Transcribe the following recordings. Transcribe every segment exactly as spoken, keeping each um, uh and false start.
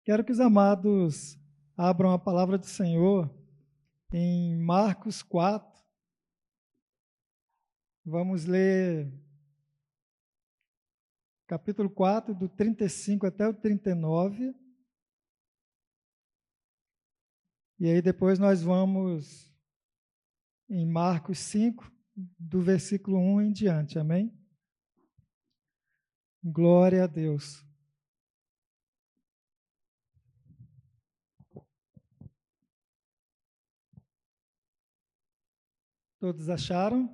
Quero que os amados abram a palavra do Senhor em Marcos quatro. Vamos ler capítulo quatro, do trinta e cinco até o trinta e nove. E aí depois nós vamos em Marcos cinco, do versículo um em diante. Amém? Glória a Deus. Todos acharam?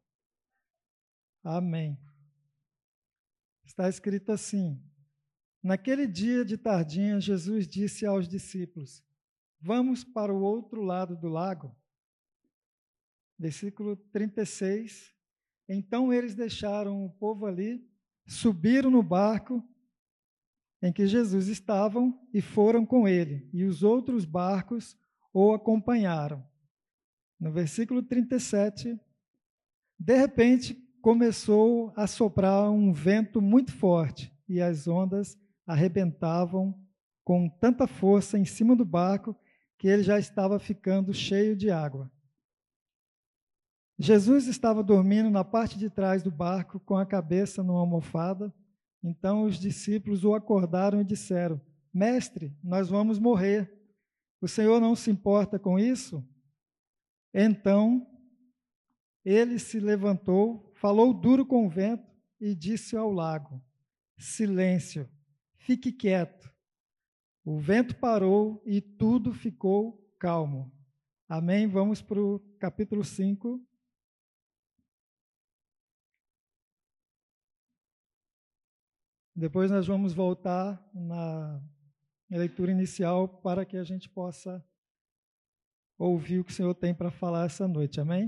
Amém. Está escrito assim: naquele dia de tardinha, Jesus disse aos discípulos: vamos para o outro lado do lago. Versículo trinta e seis. Então eles deixaram o povo ali, subiram no barco em que Jesus estava e foram com ele, e os outros barcos o acompanharam. No versículo trinta e sete, de repente começou a soprar um vento muito forte, e as ondas arrebentavam com tanta força em cima do barco que ele já estava ficando cheio de água. Jesus estava dormindo na parte de trás do barco, com a cabeça numa almofada. Então os discípulos o acordaram e disseram: Mestre, nós vamos morrer. O Senhor não se importa com isso? Então ele se levantou, falou duro com o vento e disse ao lago: Silêncio, fique quieto. O vento parou e tudo ficou calmo. Amém? Vamos para o capítulo cinco. Depois nós vamos voltar na leitura inicial para que a gente possa ouvir o que o Senhor tem para falar essa noite. Amém?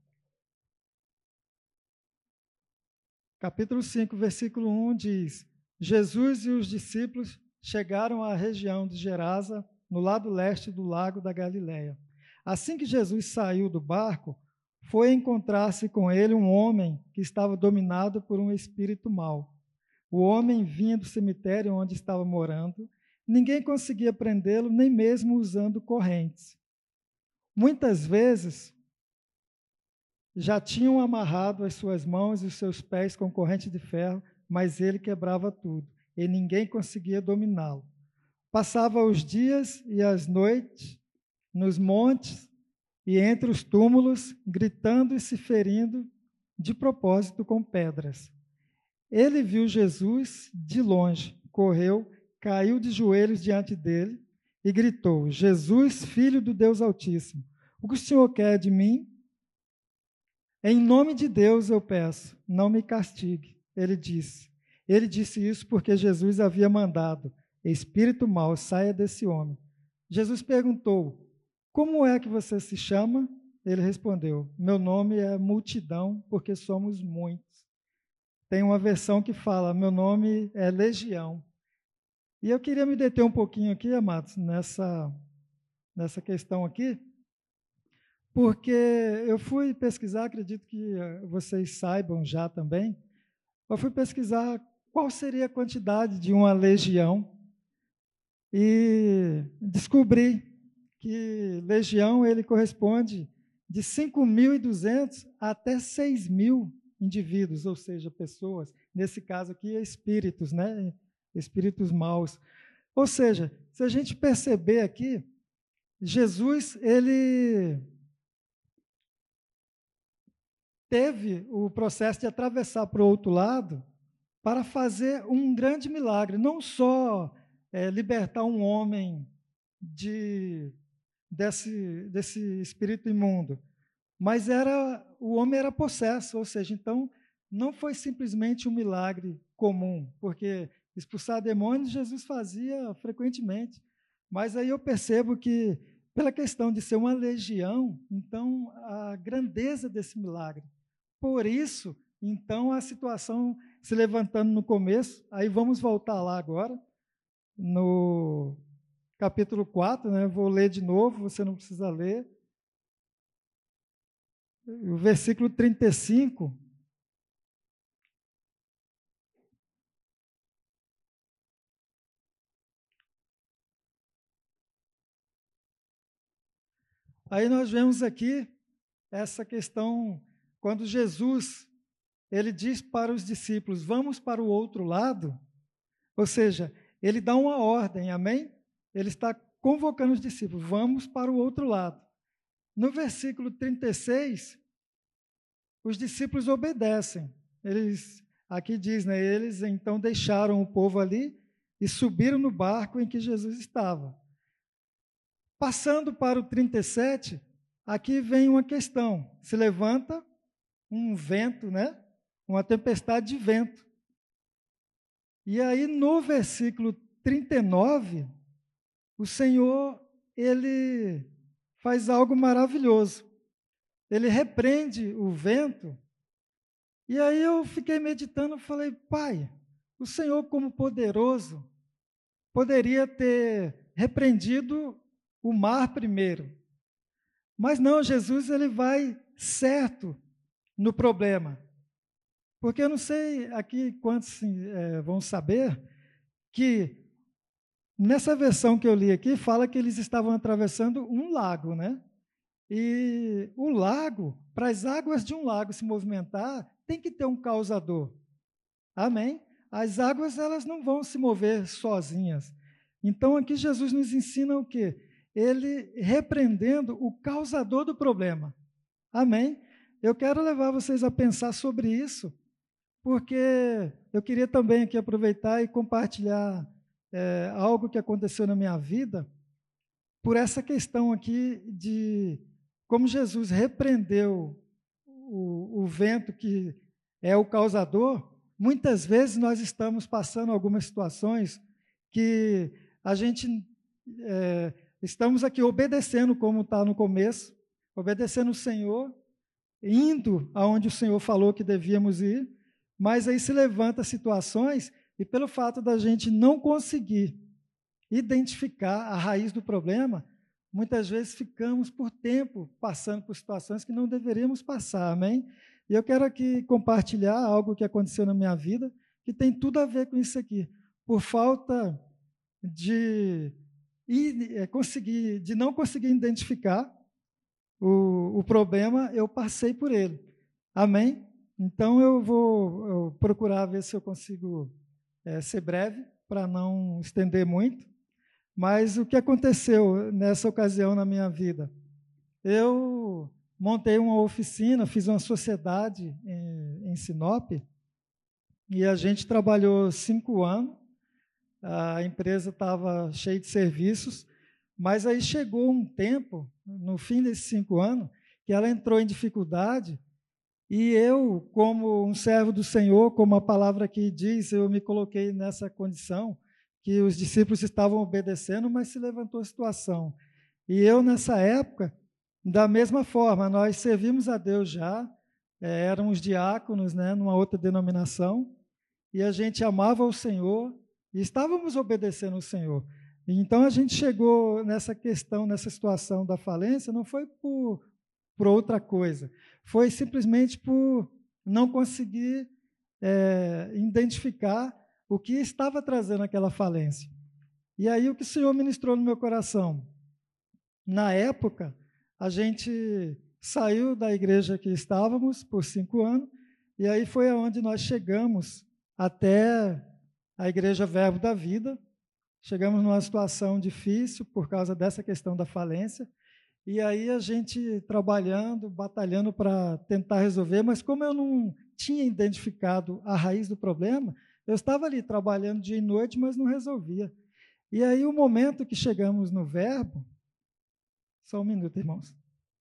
Capítulo cinco, versículo um diz: Jesus e os discípulos chegaram à região de Gerasa, no lado leste do lago da Galileia. Assim que Jesus saiu do barco, foi encontrar-se com ele um homem que estava dominado por um espírito mau. O homem vinha do cemitério onde estava morando. Ninguém conseguia prendê-lo, nem mesmo usando correntes. Muitas vezes já tinham amarrado as suas mãos e os seus pés com corrente de ferro, mas ele quebrava tudo, e ninguém conseguia dominá-lo. Passava os dias e as noites nos montes e entre os túmulos, gritando e se ferindo de propósito com pedras. Ele viu Jesus de longe, correu, caiu de joelhos diante dele e gritou: Jesus, filho do Deus Altíssimo, o que o Senhor quer de mim? Em nome de Deus eu peço, não me castigue. Ele disse. Ele disse isso porque Jesus havia mandado: espírito mau, saia desse homem. Jesus perguntou: como é que você se chama? Ele respondeu: meu nome é Multidão, porque somos muitos. Tem uma versão que fala: meu nome é Legião. E eu queria me deter um pouquinho aqui, amados, nessa, nessa questão aqui, porque eu fui pesquisar, acredito que vocês saibam já também, eu fui pesquisar qual seria a quantidade de uma legião e descobri que legião ele corresponde de cinco mil e duzentos até seis mil indivíduos, ou seja, pessoas, nesse caso aqui, espíritos, né? Espíritos maus. Ou seja, se a gente perceber aqui, Jesus, ele teve o processo de atravessar para o outro lado para fazer um grande milagre, não só é, libertar um homem de, desse, desse espírito imundo, mas era, o homem era possesso, ou seja, então não foi simplesmente um milagre comum, porque expulsar demônios Jesus fazia frequentemente, mas aí eu percebo que, pela questão de ser uma legião, então a grandeza desse milagre. Por isso, então, a situação se levantando no começo, aí vamos voltar lá agora, no capítulo quatro, né? Vou ler de novo, você não precisa ler. O versículo trinta e cinco, Aí nós vemos aqui essa questão, quando Jesus, ele diz para os discípulos, vamos para o outro lado, ou seja, ele dá uma ordem, amém? Ele está convocando os discípulos, vamos para o outro lado. No versículo trinta e seis, os discípulos obedecem. Eles, aqui diz, né, eles então deixaram o povo ali e subiram no barco em que Jesus estava. Passando para o trinta e sete, aqui vem uma questão. Se levanta um vento, né? Uma tempestade de vento. E aí, no versículo trinta e nove, o Senhor, ele faz algo maravilhoso. Ele repreende o vento. E aí eu fiquei meditando e falei, Pai, o Senhor, como poderoso, poderia ter repreendido o mar primeiro. Mas não, Jesus, ele vai certo no problema. Porque eu não sei aqui quantos é, vão saber que nessa versão que eu li aqui, fala que eles estavam atravessando um lago, né? E o lago, para as águas de um lago se movimentar, tem que ter um causador. Amém? As águas, elas não vão se mover sozinhas. Então, aqui Jesus nos ensina o quê? Ele repreendendo o causador do problema. Amém? Eu quero levar vocês a pensar sobre isso, porque eu queria também aqui aproveitar e compartilhar é, algo que aconteceu na minha vida, por essa questão aqui de como Jesus repreendeu o, o vento que é o causador. Muitas vezes nós estamos passando algumas situações que a gente é, estamos aqui obedecendo, como está no começo, obedecendo o Senhor, indo aonde o Senhor falou que devíamos ir, mas aí se levanta situações e pelo fato da gente não conseguir identificar a raiz do problema, muitas vezes ficamos por tempo passando por situações que não deveríamos passar, amém? E eu quero aqui compartilhar algo que aconteceu na minha vida, que tem tudo a ver com isso aqui. Por falta de, conseguir, de não conseguir identificar o, o problema, eu passei por ele, amém? Então eu vou eu procurar ver se eu consigo é, ser breve, para não estender muito. Mas o que aconteceu nessa ocasião na minha vida? Eu montei uma oficina, fiz uma sociedade em, em Sinop, e a gente trabalhou cinco anos, a empresa estava cheia de serviços, mas aí chegou um tempo, no fim desses cinco anos, que ela entrou em dificuldade, e eu, como um servo do Senhor, como a palavra aqui diz, eu me coloquei nessa condição, que os discípulos estavam obedecendo, mas se levantou a situação. E eu, nessa época, da mesma forma, nós servimos a Deus já, é, éramos diáconos, né, numa outra denominação, e a gente amava o Senhor, e estávamos obedecendo o Senhor. Então, a gente chegou nessa questão, nessa situação da falência, não foi por, por outra coisa, foi simplesmente por não conseguir é, identificar o que estava trazendo aquela falência. E aí o que o Senhor ministrou no meu coração? Na época, a gente saiu da igreja que estávamos por cinco anos, e aí foi aonde nós chegamos até a Igreja Verbo da Vida. Chegamos numa situação difícil por causa dessa questão da falência, e aí a gente trabalhando, batalhando para tentar resolver, mas como eu não tinha identificado a raiz do problema, eu estava ali trabalhando dia e noite, mas não resolvia. E aí o momento que chegamos no Verbo, só um minuto, irmãos.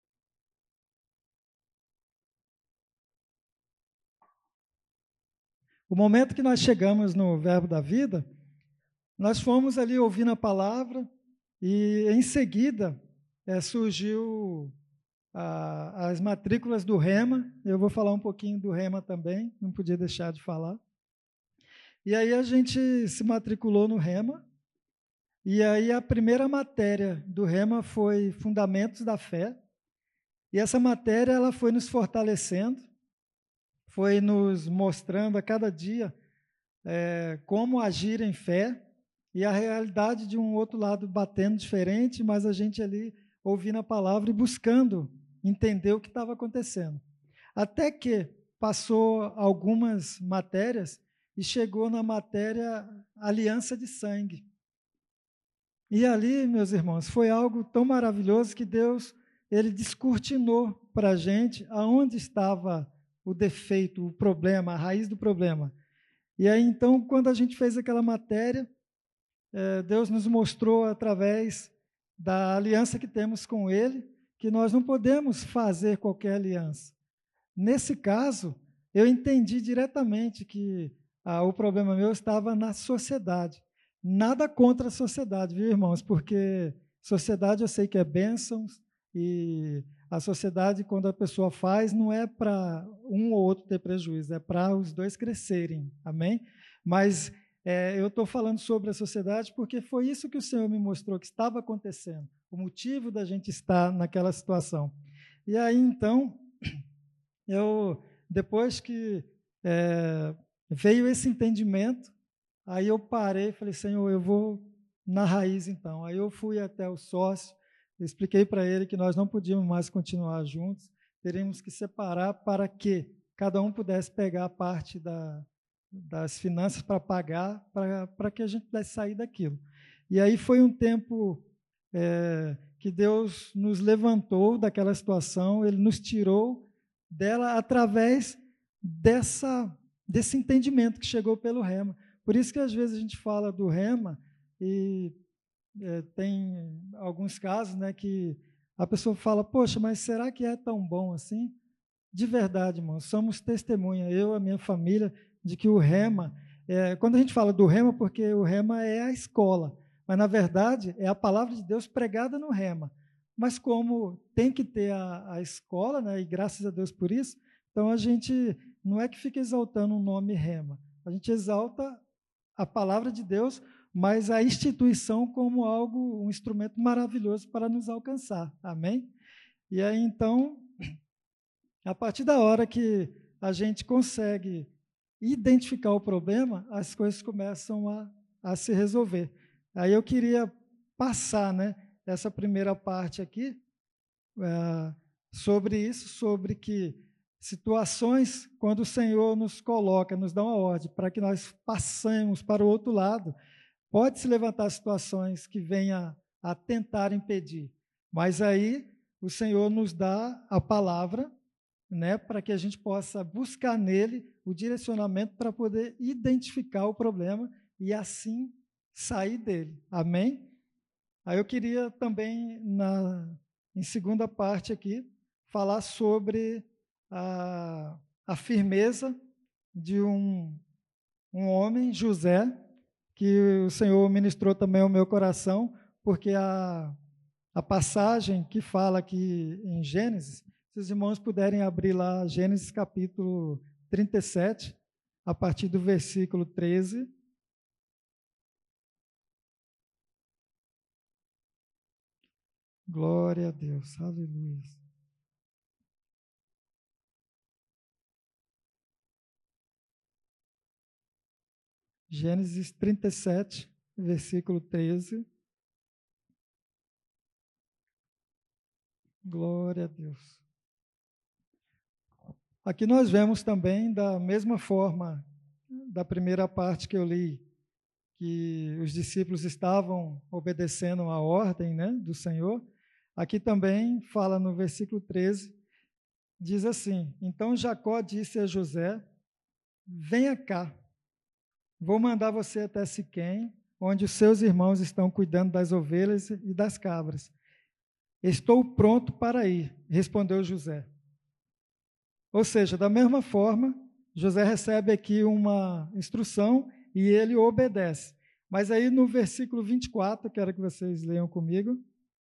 O momento que nós chegamos no Verbo da Vida, nós fomos ali ouvindo a palavra e em seguida é, surgiu a, as matrículas do Rema. Eu vou falar um pouquinho do Rema também, não podia deixar de falar. E aí a gente se matriculou no Rema, e aí a primeira matéria do Rema foi Fundamentos da Fé, e essa matéria ela foi nos fortalecendo, foi nos mostrando a cada dia é, como agir em fé, e a realidade de um outro lado batendo diferente, mas a gente ali ouvindo a palavra e buscando entender o que estava acontecendo. Até que passou algumas matérias e chegou na matéria aliança de sangue. E ali, meus irmãos, foi algo tão maravilhoso que Deus, ele descortinou para a gente aonde estava o defeito, o problema, a raiz do problema. E aí, então, quando a gente fez aquela matéria, eh, Deus nos mostrou através da aliança que temos com Ele, que nós não podemos fazer qualquer aliança. Nesse caso, eu entendi diretamente que ah, o problema meu estava na sociedade. Nada contra a sociedade, viu, irmãos? Porque sociedade eu sei que é bênçãos, e a sociedade, quando a pessoa faz, não é para um ou outro ter prejuízo, é para os dois crescerem, amém? Mas é, eu estou falando sobre a sociedade porque foi isso que o Senhor me mostrou que estava acontecendo, o motivo da gente estar naquela situação. E aí, então, eu, depois que é, veio esse entendimento, aí eu parei e falei, Senhor, eu vou na raiz então. Aí eu fui até o sócio, expliquei para ele que nós não podíamos mais continuar juntos, teríamos que separar para que cada um pudesse pegar a parte da, das finanças para pagar, para, para que a gente pudesse sair daquilo. E aí foi um tempo é, que Deus nos levantou daquela situação, Ele nos tirou dela através dessa, desse entendimento que chegou pelo rema. Por isso que às vezes a gente fala do rema e é, tem alguns casos, né, que a pessoa fala, poxa, mas será que é tão bom assim? De verdade, irmão, somos testemunha, eu, a minha família, de que o rema, é, quando a gente fala do rema, porque o rema é a escola, mas na verdade é a palavra de Deus pregada no rema. Mas como tem que ter a, a escola, né, e graças a Deus por isso, então a gente não é que fica exaltando o nome rema, a gente exalta a palavra de Deus, mas a instituição como algo, um instrumento maravilhoso para nos alcançar. Amém? E aí, então, a partir da hora que a gente consegue identificar o problema, as coisas começam a, a se resolver. Aí eu queria passar, né, essa primeira parte aqui, é, sobre isso, sobre que situações, quando o Senhor nos coloca, nos dá uma ordem para que nós passemos para o outro lado, pode se levantar situações que venham a tentar impedir, mas aí o Senhor nos dá a palavra, né, para que a gente possa buscar nele o direcionamento para poder identificar o problema e assim sair dele. Amém? Aí eu queria também, na, em segunda parte aqui, falar sobre a, a firmeza de um, um homem, José, que o Senhor ministrou também ao meu coração, porque a, a passagem que fala aqui em Gênesis, se os irmãos puderem abrir lá Gênesis capítulo trinta e sete, a partir do versículo treze. Glória a Deus, aleluia. Gênesis trinta e sete, versículo treze. Glória a Deus. Aqui nós vemos também, da mesma forma da primeira parte que eu li, que os discípulos estavam obedecendo a ordem, né, do Senhor. Aqui também fala no versículo treze, diz assim, então Jacó disse a José, venha cá, vou mandar você até Siquém, onde os seus irmãos estão cuidando das ovelhas e das cabras. Estou pronto para ir, respondeu José. Ou seja, da mesma forma, José recebe aqui uma instrução e ele obedece. Mas aí no versículo vinte e quatro, quero que vocês leiam comigo.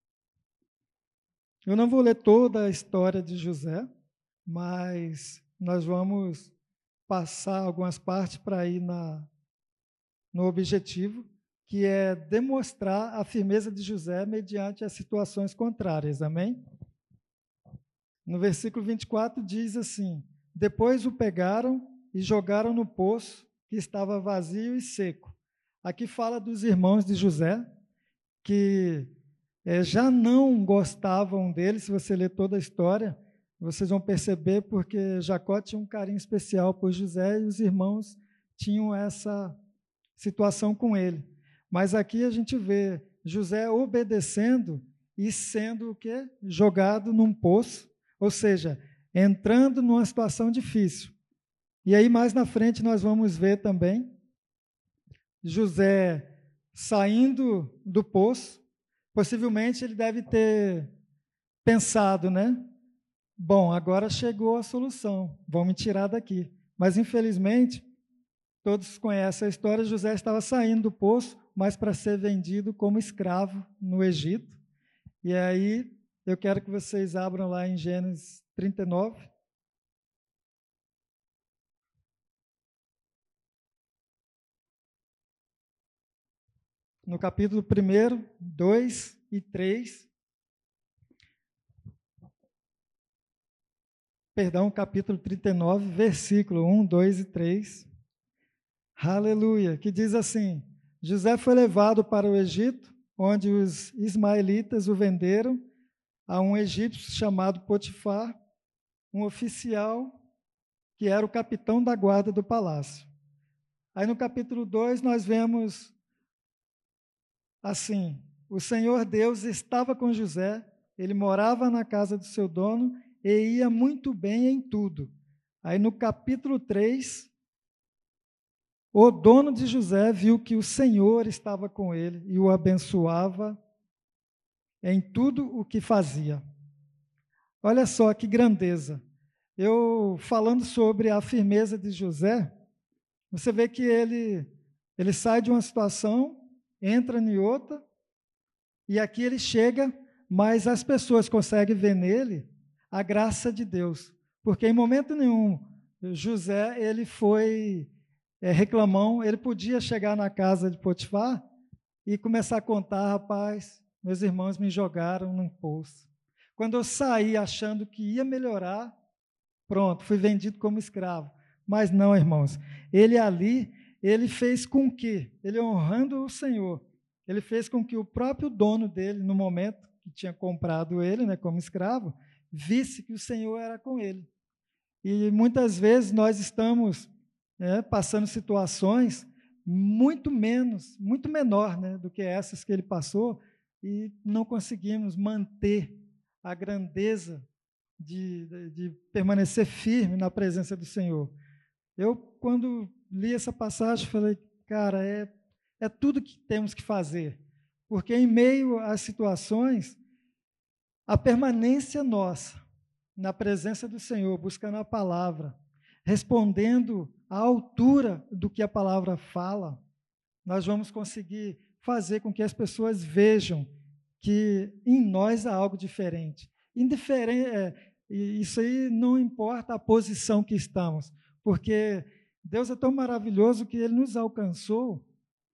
Eu não vou ler toda a história de José, mas nós vamos passar algumas partes para ir na, no objetivo, que é demonstrar a firmeza de José mediante as situações contrárias. Amém? No versículo vinte e quatro diz assim, depois o pegaram e jogaram no poço que estava vazio e seco. Aqui fala dos irmãos de José, que é, já não gostavam dele. Se você ler toda a história, vocês vão perceber, porque Jacó tinha um carinho especial por José e os irmãos tinham essa situação com ele. Mas aqui a gente vê José obedecendo e sendo o quê? Jogado num poço, ou seja, entrando numa situação difícil. E aí mais na frente nós vamos ver também José saindo do poço. Possivelmente ele deve ter pensado, né? Bom, agora chegou a solução, vão me tirar daqui. Mas, infelizmente, todos conhecem a história, José estava saindo do poço, mas para ser vendido como escravo no Egito. E aí, eu quero que vocês abram lá em Gênesis trinta e nove. No capítulo um, dois e três. Perdão, capítulo trinta e nove, versículo um, dois e três. Aleluia, que diz assim: José foi levado para o Egito, onde os ismaelitas o venderam a um egípcio chamado Potifar, um oficial que era o capitão da guarda do palácio. Aí no capítulo dois nós vemos assim: o Senhor Deus estava com José, ele morava na casa do seu dono e ia muito bem em tudo. Aí no capítulo três, o dono de José viu que o Senhor estava com ele e o abençoava em tudo o que fazia. Olha só que grandeza. Eu falando sobre a firmeza de José, você vê que ele, ele sai de uma situação, entra em outra, e aqui ele chega, mas as pessoas conseguem ver nele a graça de Deus, porque em momento nenhum José ele foi é, reclamão. Ele podia chegar na casa de Potifar e começar a contar: rapaz, meus irmãos me jogaram num poço. Quando eu saí achando que ia melhorar, pronto, fui vendido como escravo. Mas não, irmãos, ele ali, ele fez com que, ele honrando o Senhor, ele fez com que o próprio dono dele, no momento que tinha comprado ele, né, como escravo, visse que o Senhor era com ele. E muitas vezes nós estamos é, passando situações muito menos, muito menor, né, do que essas que ele passou, e não conseguimos manter a grandeza de, de, de permanecer firme na presença do Senhor. Eu, quando li essa passagem, falei: cara, é, é tudo que temos que fazer, porque em meio às situações, a permanência nossa na presença do Senhor, buscando a palavra, respondendo à altura do que a palavra fala, nós vamos conseguir fazer com que as pessoas vejam que em nós há algo diferente. Indiferente, é, isso aí não importa a posição que estamos, porque Deus é tão maravilhoso que Ele nos alcançou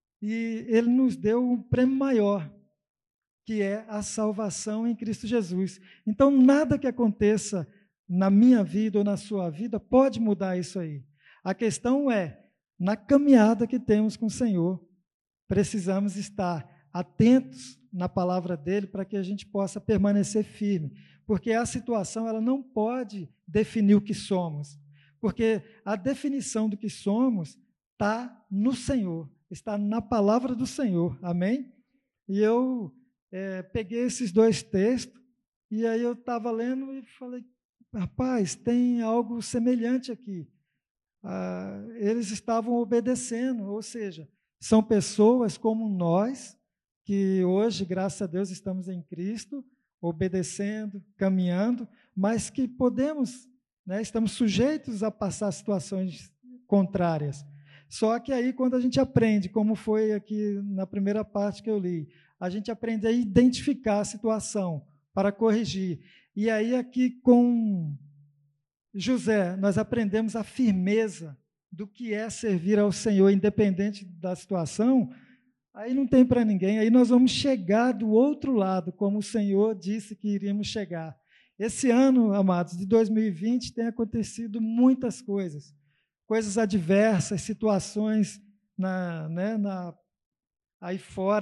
e Ele nos deu um prêmio maior, que é a salvação em Cristo Jesus. Então, nada que aconteça na minha vida ou na sua vida pode mudar isso aí. A questão é, na caminhada que temos com o Senhor, precisamos estar atentos na palavra dele para que a gente possa permanecer firme, porque a situação ela não pode definir o que somos, porque a definição do que somos está no Senhor, está na palavra do Senhor, amém? E eu é, peguei esses dois textos, e aí eu estava lendo e falei: rapaz, tem algo semelhante aqui. Ah, eles estavam obedecendo, ou seja, são pessoas como nós, que hoje, graças a Deus, estamos em Cristo, obedecendo, caminhando, mas que podemos, né, estamos sujeitos a passar situações contrárias. Só que aí, quando a gente aprende, como foi aqui na primeira parte que eu li, a gente aprende a identificar a situação para corrigir. E aí, aqui com José, nós aprendemos a firmeza do que é servir ao Senhor, independente da situação. Aí não tem para ninguém, aí nós vamos chegar do outro lado, como o Senhor disse que iríamos chegar. Esse ano, amados, de dois mil e vinte, tem acontecido muitas coisas, coisas adversas, situações na, né, na, aí fora,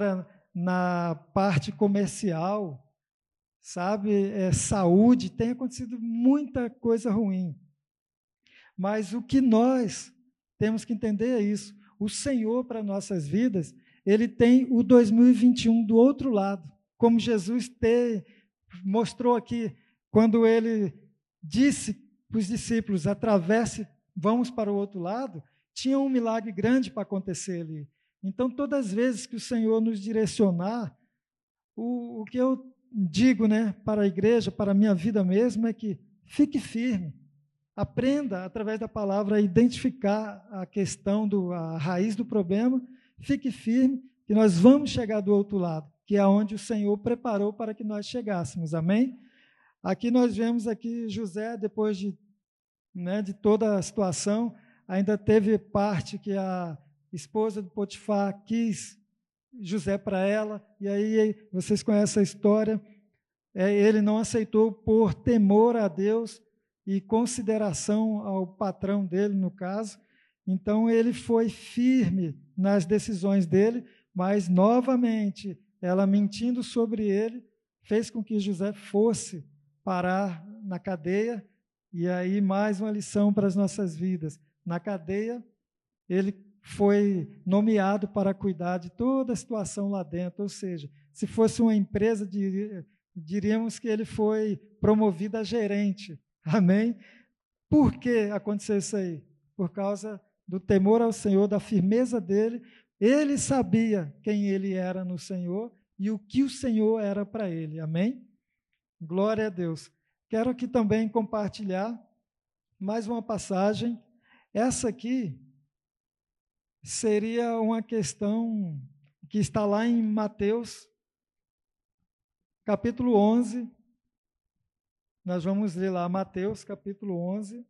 na parte comercial, sabe, é, saúde, tem acontecido muita coisa ruim. Mas o que nós temos que entender é isso. O Senhor, para nossas vidas, Ele tem o dois mil e vinte e um do outro lado. Como Jesus te, mostrou aqui, quando Ele disse para os discípulos, atravesse, vamos para o outro lado, tinha um milagre grande para acontecer ali. Então, todas as vezes que o Senhor nos direcionar, o, o que eu digo, né, para a igreja, para a minha vida mesmo, é que fique firme. Aprenda, através da palavra, a identificar a questão, do, a raiz do problema, fique firme, que nós vamos chegar do outro lado, que é onde o Senhor preparou para que nós chegássemos, amém? Aqui nós vemos aqui José, depois de, né, de toda a situação, ainda teve parte que a esposa do Potifar quis José para ela, e aí vocês conhecem a história, é, ele não aceitou por temor a Deus, e consideração ao patrão dele, no caso. Então, ele foi firme nas decisões dele, mas, novamente, ela mentindo sobre ele, fez com que José fosse parar na cadeia, e aí mais uma lição para as nossas vidas. Na cadeia, ele foi nomeado para cuidar de toda a situação lá dentro, ou seja, se fosse uma empresa, diríamos que ele foi promovido a gerente. Amém? Por que aconteceu isso aí? Por causa do temor ao Senhor, da firmeza dele. Ele sabia quem ele era no Senhor e o que o Senhor era para ele. Amém? Glória a Deus. Quero aqui também compartilhar mais uma passagem. Essa aqui seria uma questão que está lá em Mateus, capítulo onze. Nós vamos ler lá Mateus, capítulo onze.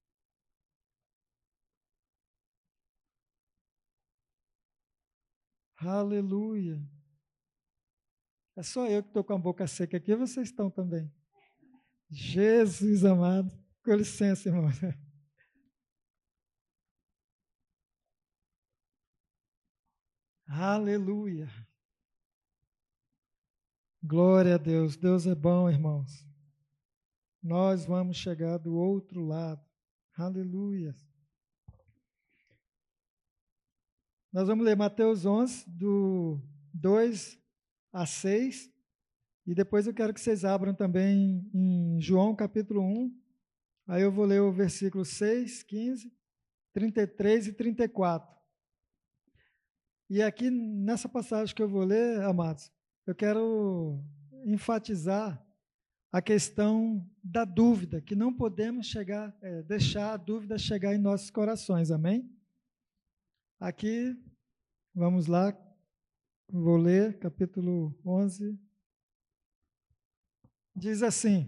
Aleluia. É só eu que estou com a boca seca aqui, vocês estão também. Jesus amado. Com licença, irmão. Aleluia. Glória a Deus. Deus é bom, irmãos. Nós vamos chegar do outro lado. Aleluia. Nós vamos ler Mateus onze, do dois a seis, e depois eu quero que vocês abram também em João capítulo um, aí eu vou ler o versículo seis, quinze, trinta e três e trinta e quatro. E aqui, nessa passagem que eu vou ler, amados, eu quero enfatizar a questão da dúvida, que não podemos chegar, é, deixar a dúvida chegar em nossos corações, amém? Aqui, vamos lá, vou ler, capítulo onze, diz assim: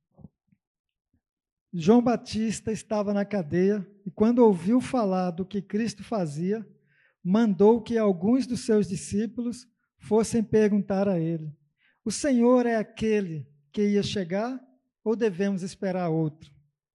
João Batista estava na cadeia, e quando ouviu falar do que Cristo fazia, mandou que alguns dos seus discípulos fossem perguntar a ele: o Senhor é aquele que ia chegar ou devemos esperar outro?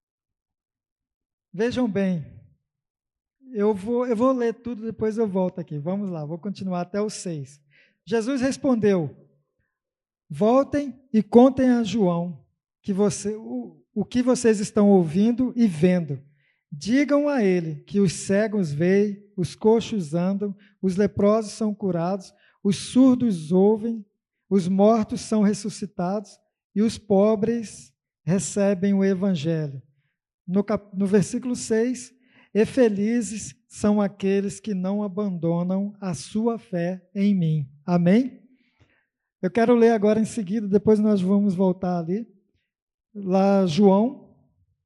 Vejam bem, eu vou, eu vou ler tudo, depois eu volto aqui. Vamos lá, vou continuar até o seis. Jesus respondeu: voltem e contem a João que você, o, o que vocês estão ouvindo e vendo. Digam a ele que os cegos veem, os coxos andam, os leprosos são curados, os surdos ouvem, os mortos são ressuscitados, e os pobres recebem o evangelho. No, cap, no versículo seis, e felizes são aqueles que não abandonam a sua fé em mim. Amém? Eu quero ler agora em seguida, depois nós vamos voltar ali. Lá, João,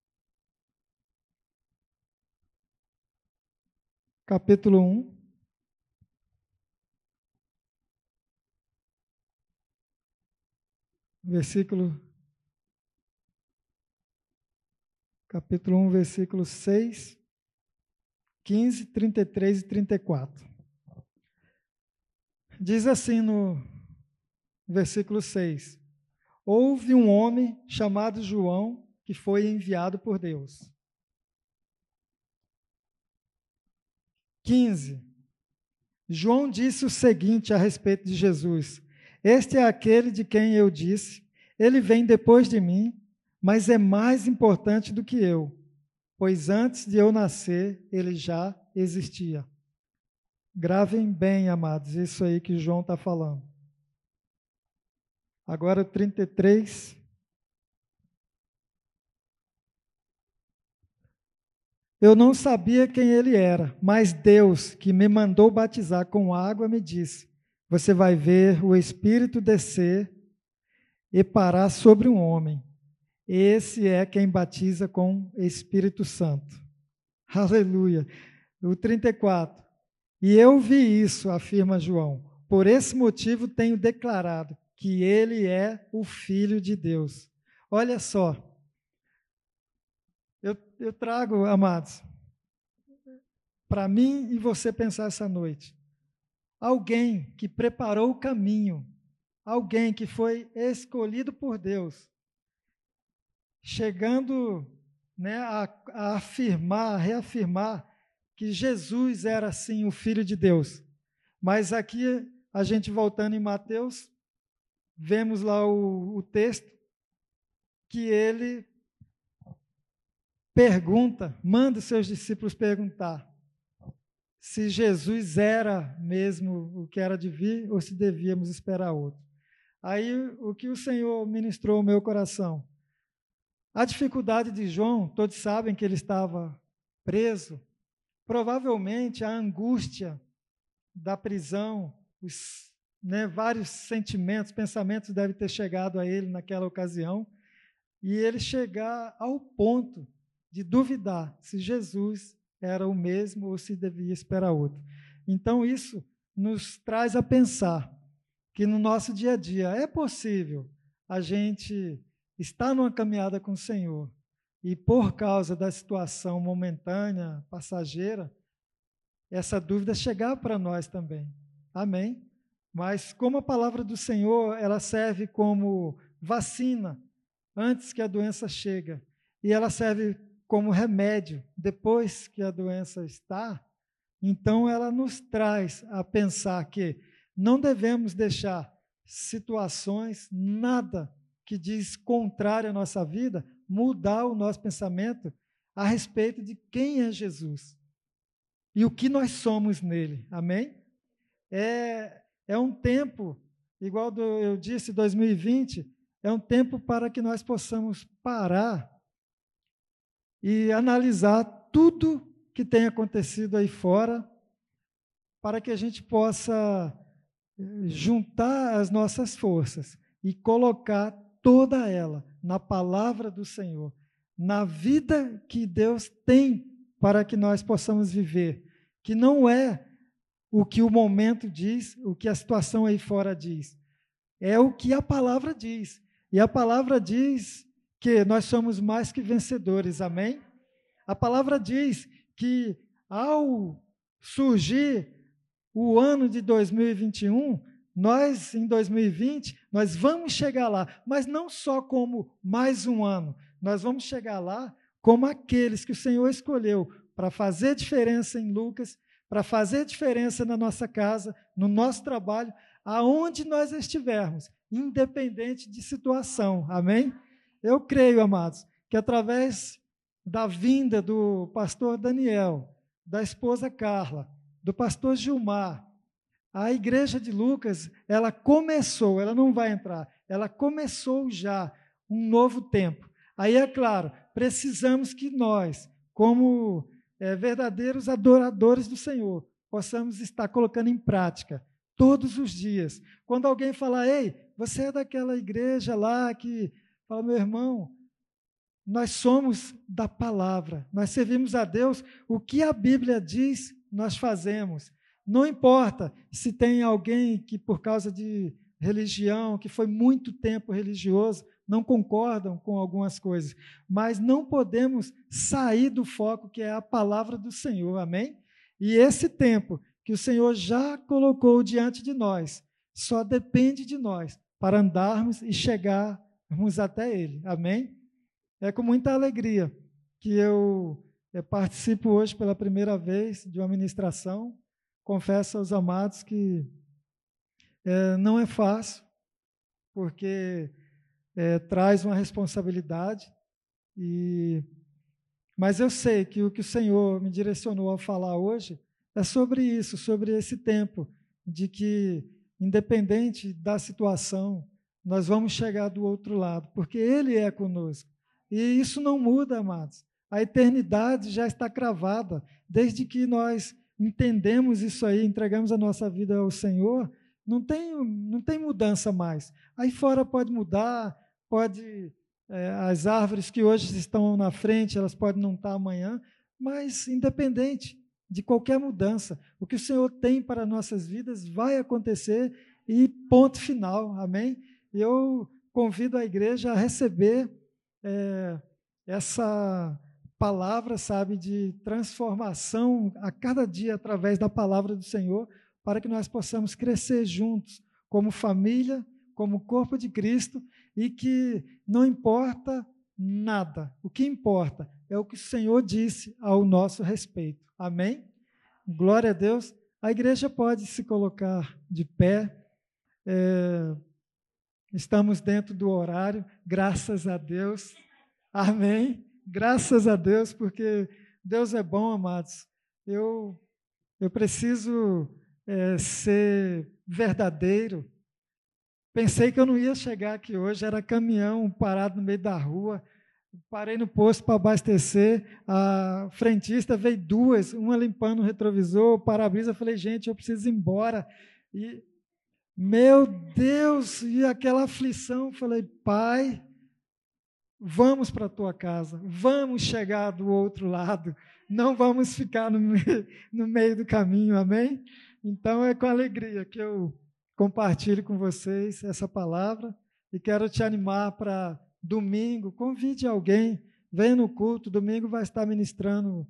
capítulo um. Versículo, capítulo um, versículo seis, quinze, trinta e três e trinta e quatro. Diz assim no versículo seis: houve um homem chamado João que foi enviado por Deus. quinze. João disse o seguinte a respeito de Jesus: este é aquele de quem eu disse, ele vem depois de mim, mas é mais importante do que eu, pois antes de eu nascer, ele já existia. Gravem bem, amados, isso aí que João está falando. Agora, trinta e três. Eu não sabia quem ele era, mas Deus, que me mandou batizar com água, me disse: você vai ver o Espírito descer e parar sobre um homem. Esse é quem batiza com Espírito Santo. Aleluia. O trinta e quatro. E eu vi isso, afirma João. Por esse motivo tenho declarado que ele é o Filho de Deus. Olha só. Eu, eu trago, amados, para mim e você pensar essa noite. Alguém que preparou o caminho, alguém que foi escolhido por Deus, chegando, né, a, a afirmar, a reafirmar que Jesus era, sim, o Filho de Deus. Mas aqui, a gente voltando em Mateus, vemos lá o, o texto, que ele pergunta, manda os seus discípulos perguntar se Jesus era mesmo o que era de vir ou se devíamos esperar outro. Aí, o que o Senhor ministrou ao meu coração? A dificuldade de João, todos sabem que ele estava preso, provavelmente a angústia da prisão, os, né, vários sentimentos, pensamentos devem ter chegado a ele naquela ocasião, e ele chegar ao ponto de duvidar se Jesus era o mesmo ou se devia esperar outro. Então, isso nos traz a pensar que no nosso dia a dia é possível a gente estar numa caminhada com o Senhor e, por causa da situação momentânea, passageira, essa dúvida chegar para nós também. Amém? Mas como a palavra do Senhor, ela serve como vacina antes que a doença chegue, e ela serve como remédio depois que a doença está, então ela nos traz a pensar que não devemos deixar situações, nada que diz contrário à nossa vida, mudar o nosso pensamento a respeito de quem é Jesus e o que nós somos nele. Amém? É, é um tempo, igual do, eu disse, dois mil e vinte, é um tempo para que nós possamos parar e analisar tudo que tem acontecido aí fora, para que a gente possa juntar as nossas forças e colocar toda ela na palavra do Senhor, na vida que Deus tem para que nós possamos viver, que não é o que o momento diz, o que a situação aí fora diz, é o que a palavra diz. E a palavra diz que nós somos mais que vencedores, amém? A palavra diz que ao surgir o ano de dois mil e vinte e um, nós, em dois mil e vinte, nós vamos chegar lá, mas não só como mais um ano, nós vamos chegar lá como aqueles que o Senhor escolheu para fazer diferença em Lucas, para fazer diferença na nossa casa, no nosso trabalho, aonde nós estivermos, independente de situação, amém? Eu creio, amados, que através da vinda do pastor Daniel, da esposa Carla, do pastor Gilmar, a igreja de Lucas, ela começou, ela não vai entrar, ela começou já um novo tempo. Aí, é claro, precisamos que nós, como é, verdadeiros adoradores do Senhor, possamos estar colocando em prática todos os dias. Quando alguém falar, ei, você é daquela igreja lá que... Fala, meu irmão, nós somos da palavra, nós servimos a Deus, o que a Bíblia diz, nós fazemos. Não importa se tem alguém que, por causa de religião, que foi muito tempo religioso, não concordam com algumas coisas, mas não podemos sair do foco que é a palavra do Senhor, amém? E esse tempo que o Senhor já colocou diante de nós, só depende de nós para andarmos e chegar Vamos até Ele, amém? É com muita alegria que eu, eu participo hoje pela primeira vez de uma ministração confesso aos amados que é, não é fácil, porque é, traz uma responsabilidade, e, mas eu sei que o que o Senhor me direcionou a falar hoje é sobre isso, sobre esse tempo, de que, independente da situação, nós vamos chegar do outro lado, porque Ele é conosco. E isso não muda, amados. A eternidade já está cravada. Desde que nós entendemos isso aí, entregamos a nossa vida ao Senhor, não tem, não tem mudança mais. Aí fora pode mudar, pode, é, as árvores que hoje estão na frente, elas podem não estar amanhã, mas independente de qualquer mudança, o que o Senhor tem para nossas vidas vai acontecer e ponto final, amém? Eu convido a igreja a receber é, essa palavra, sabe, de transformação a cada dia através da palavra do Senhor, para que nós possamos crescer juntos, como família, como corpo de Cristo, e que não importa nada, o que importa é o que o Senhor disse ao nosso respeito. Amém? Glória a Deus. A igreja pode se colocar de pé. É, estamos dentro do horário, graças a Deus. Amém? Graças a Deus, porque Deus é bom, amados. Eu, eu preciso é, ser verdadeiro. Pensei que eu não ia chegar aqui hoje, era caminhão parado no meio da rua. Parei no posto para abastecer, a frentista veio duas, uma limpando o retrovisor, o para-brisa, eu falei, gente, eu preciso ir embora. E, meu Deus, e aquela aflição, eu falei, Pai, vamos para a tua casa, vamos chegar do outro lado, não vamos ficar no meio, no meio do caminho, amém? Então é com alegria que eu compartilho com vocês essa palavra e quero te animar para domingo, convide alguém, venha no culto, domingo vai estar ministrando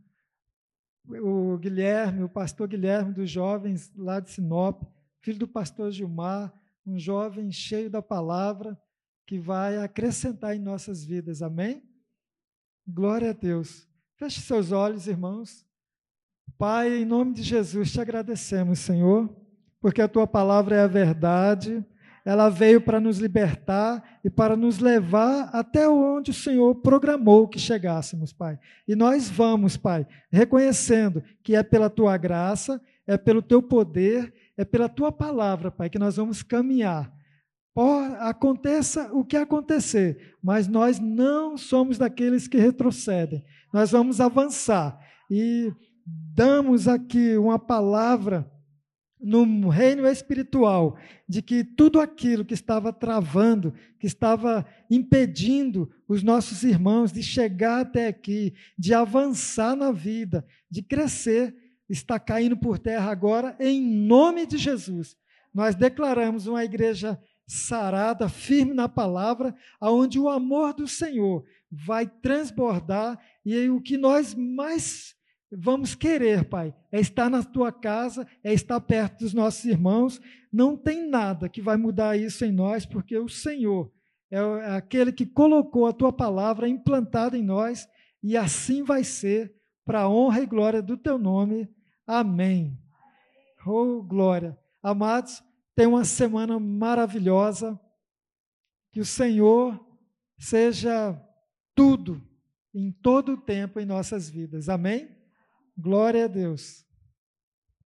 o Guilherme, o pastor Guilherme dos jovens lá de Sinop, filho do pastor Gilmar, um jovem cheio da palavra, que vai acrescentar em nossas vidas, amém? Glória a Deus. Feche seus olhos, irmãos. Pai, em nome de Jesus, te agradecemos, Senhor, porque a tua palavra é a verdade. Ela veio para nos libertar e para nos levar até onde o Senhor programou que chegássemos, Pai. E nós vamos, Pai, reconhecendo que é pela Tua graça, é pelo Teu poder, é pela Tua palavra, Pai, que nós vamos caminhar. Por, aconteça o que acontecer, mas nós não somos daqueles que retrocedem. Nós vamos avançar e damos aqui uma palavra no reino espiritual, de que tudo aquilo que estava travando, que estava impedindo os nossos irmãos de chegar até aqui, de avançar na vida, de crescer, está caindo por terra agora, em nome de Jesus. Nós declaramos uma igreja sarada, firme na palavra, aonde o amor do Senhor vai transbordar, e o que nós mais vamos querer, Pai, é estar na Tua casa, é estar perto dos nossos irmãos. Não tem nada que vai mudar isso em nós, porque o Senhor é aquele que colocou a Tua palavra implantada em nós, e assim vai ser, para a honra e glória do Teu nome. Amém. Oh, glória. Amados, tenham uma semana maravilhosa, que o Senhor seja tudo, em todo o tempo em nossas vidas. Amém? Glória a Deus.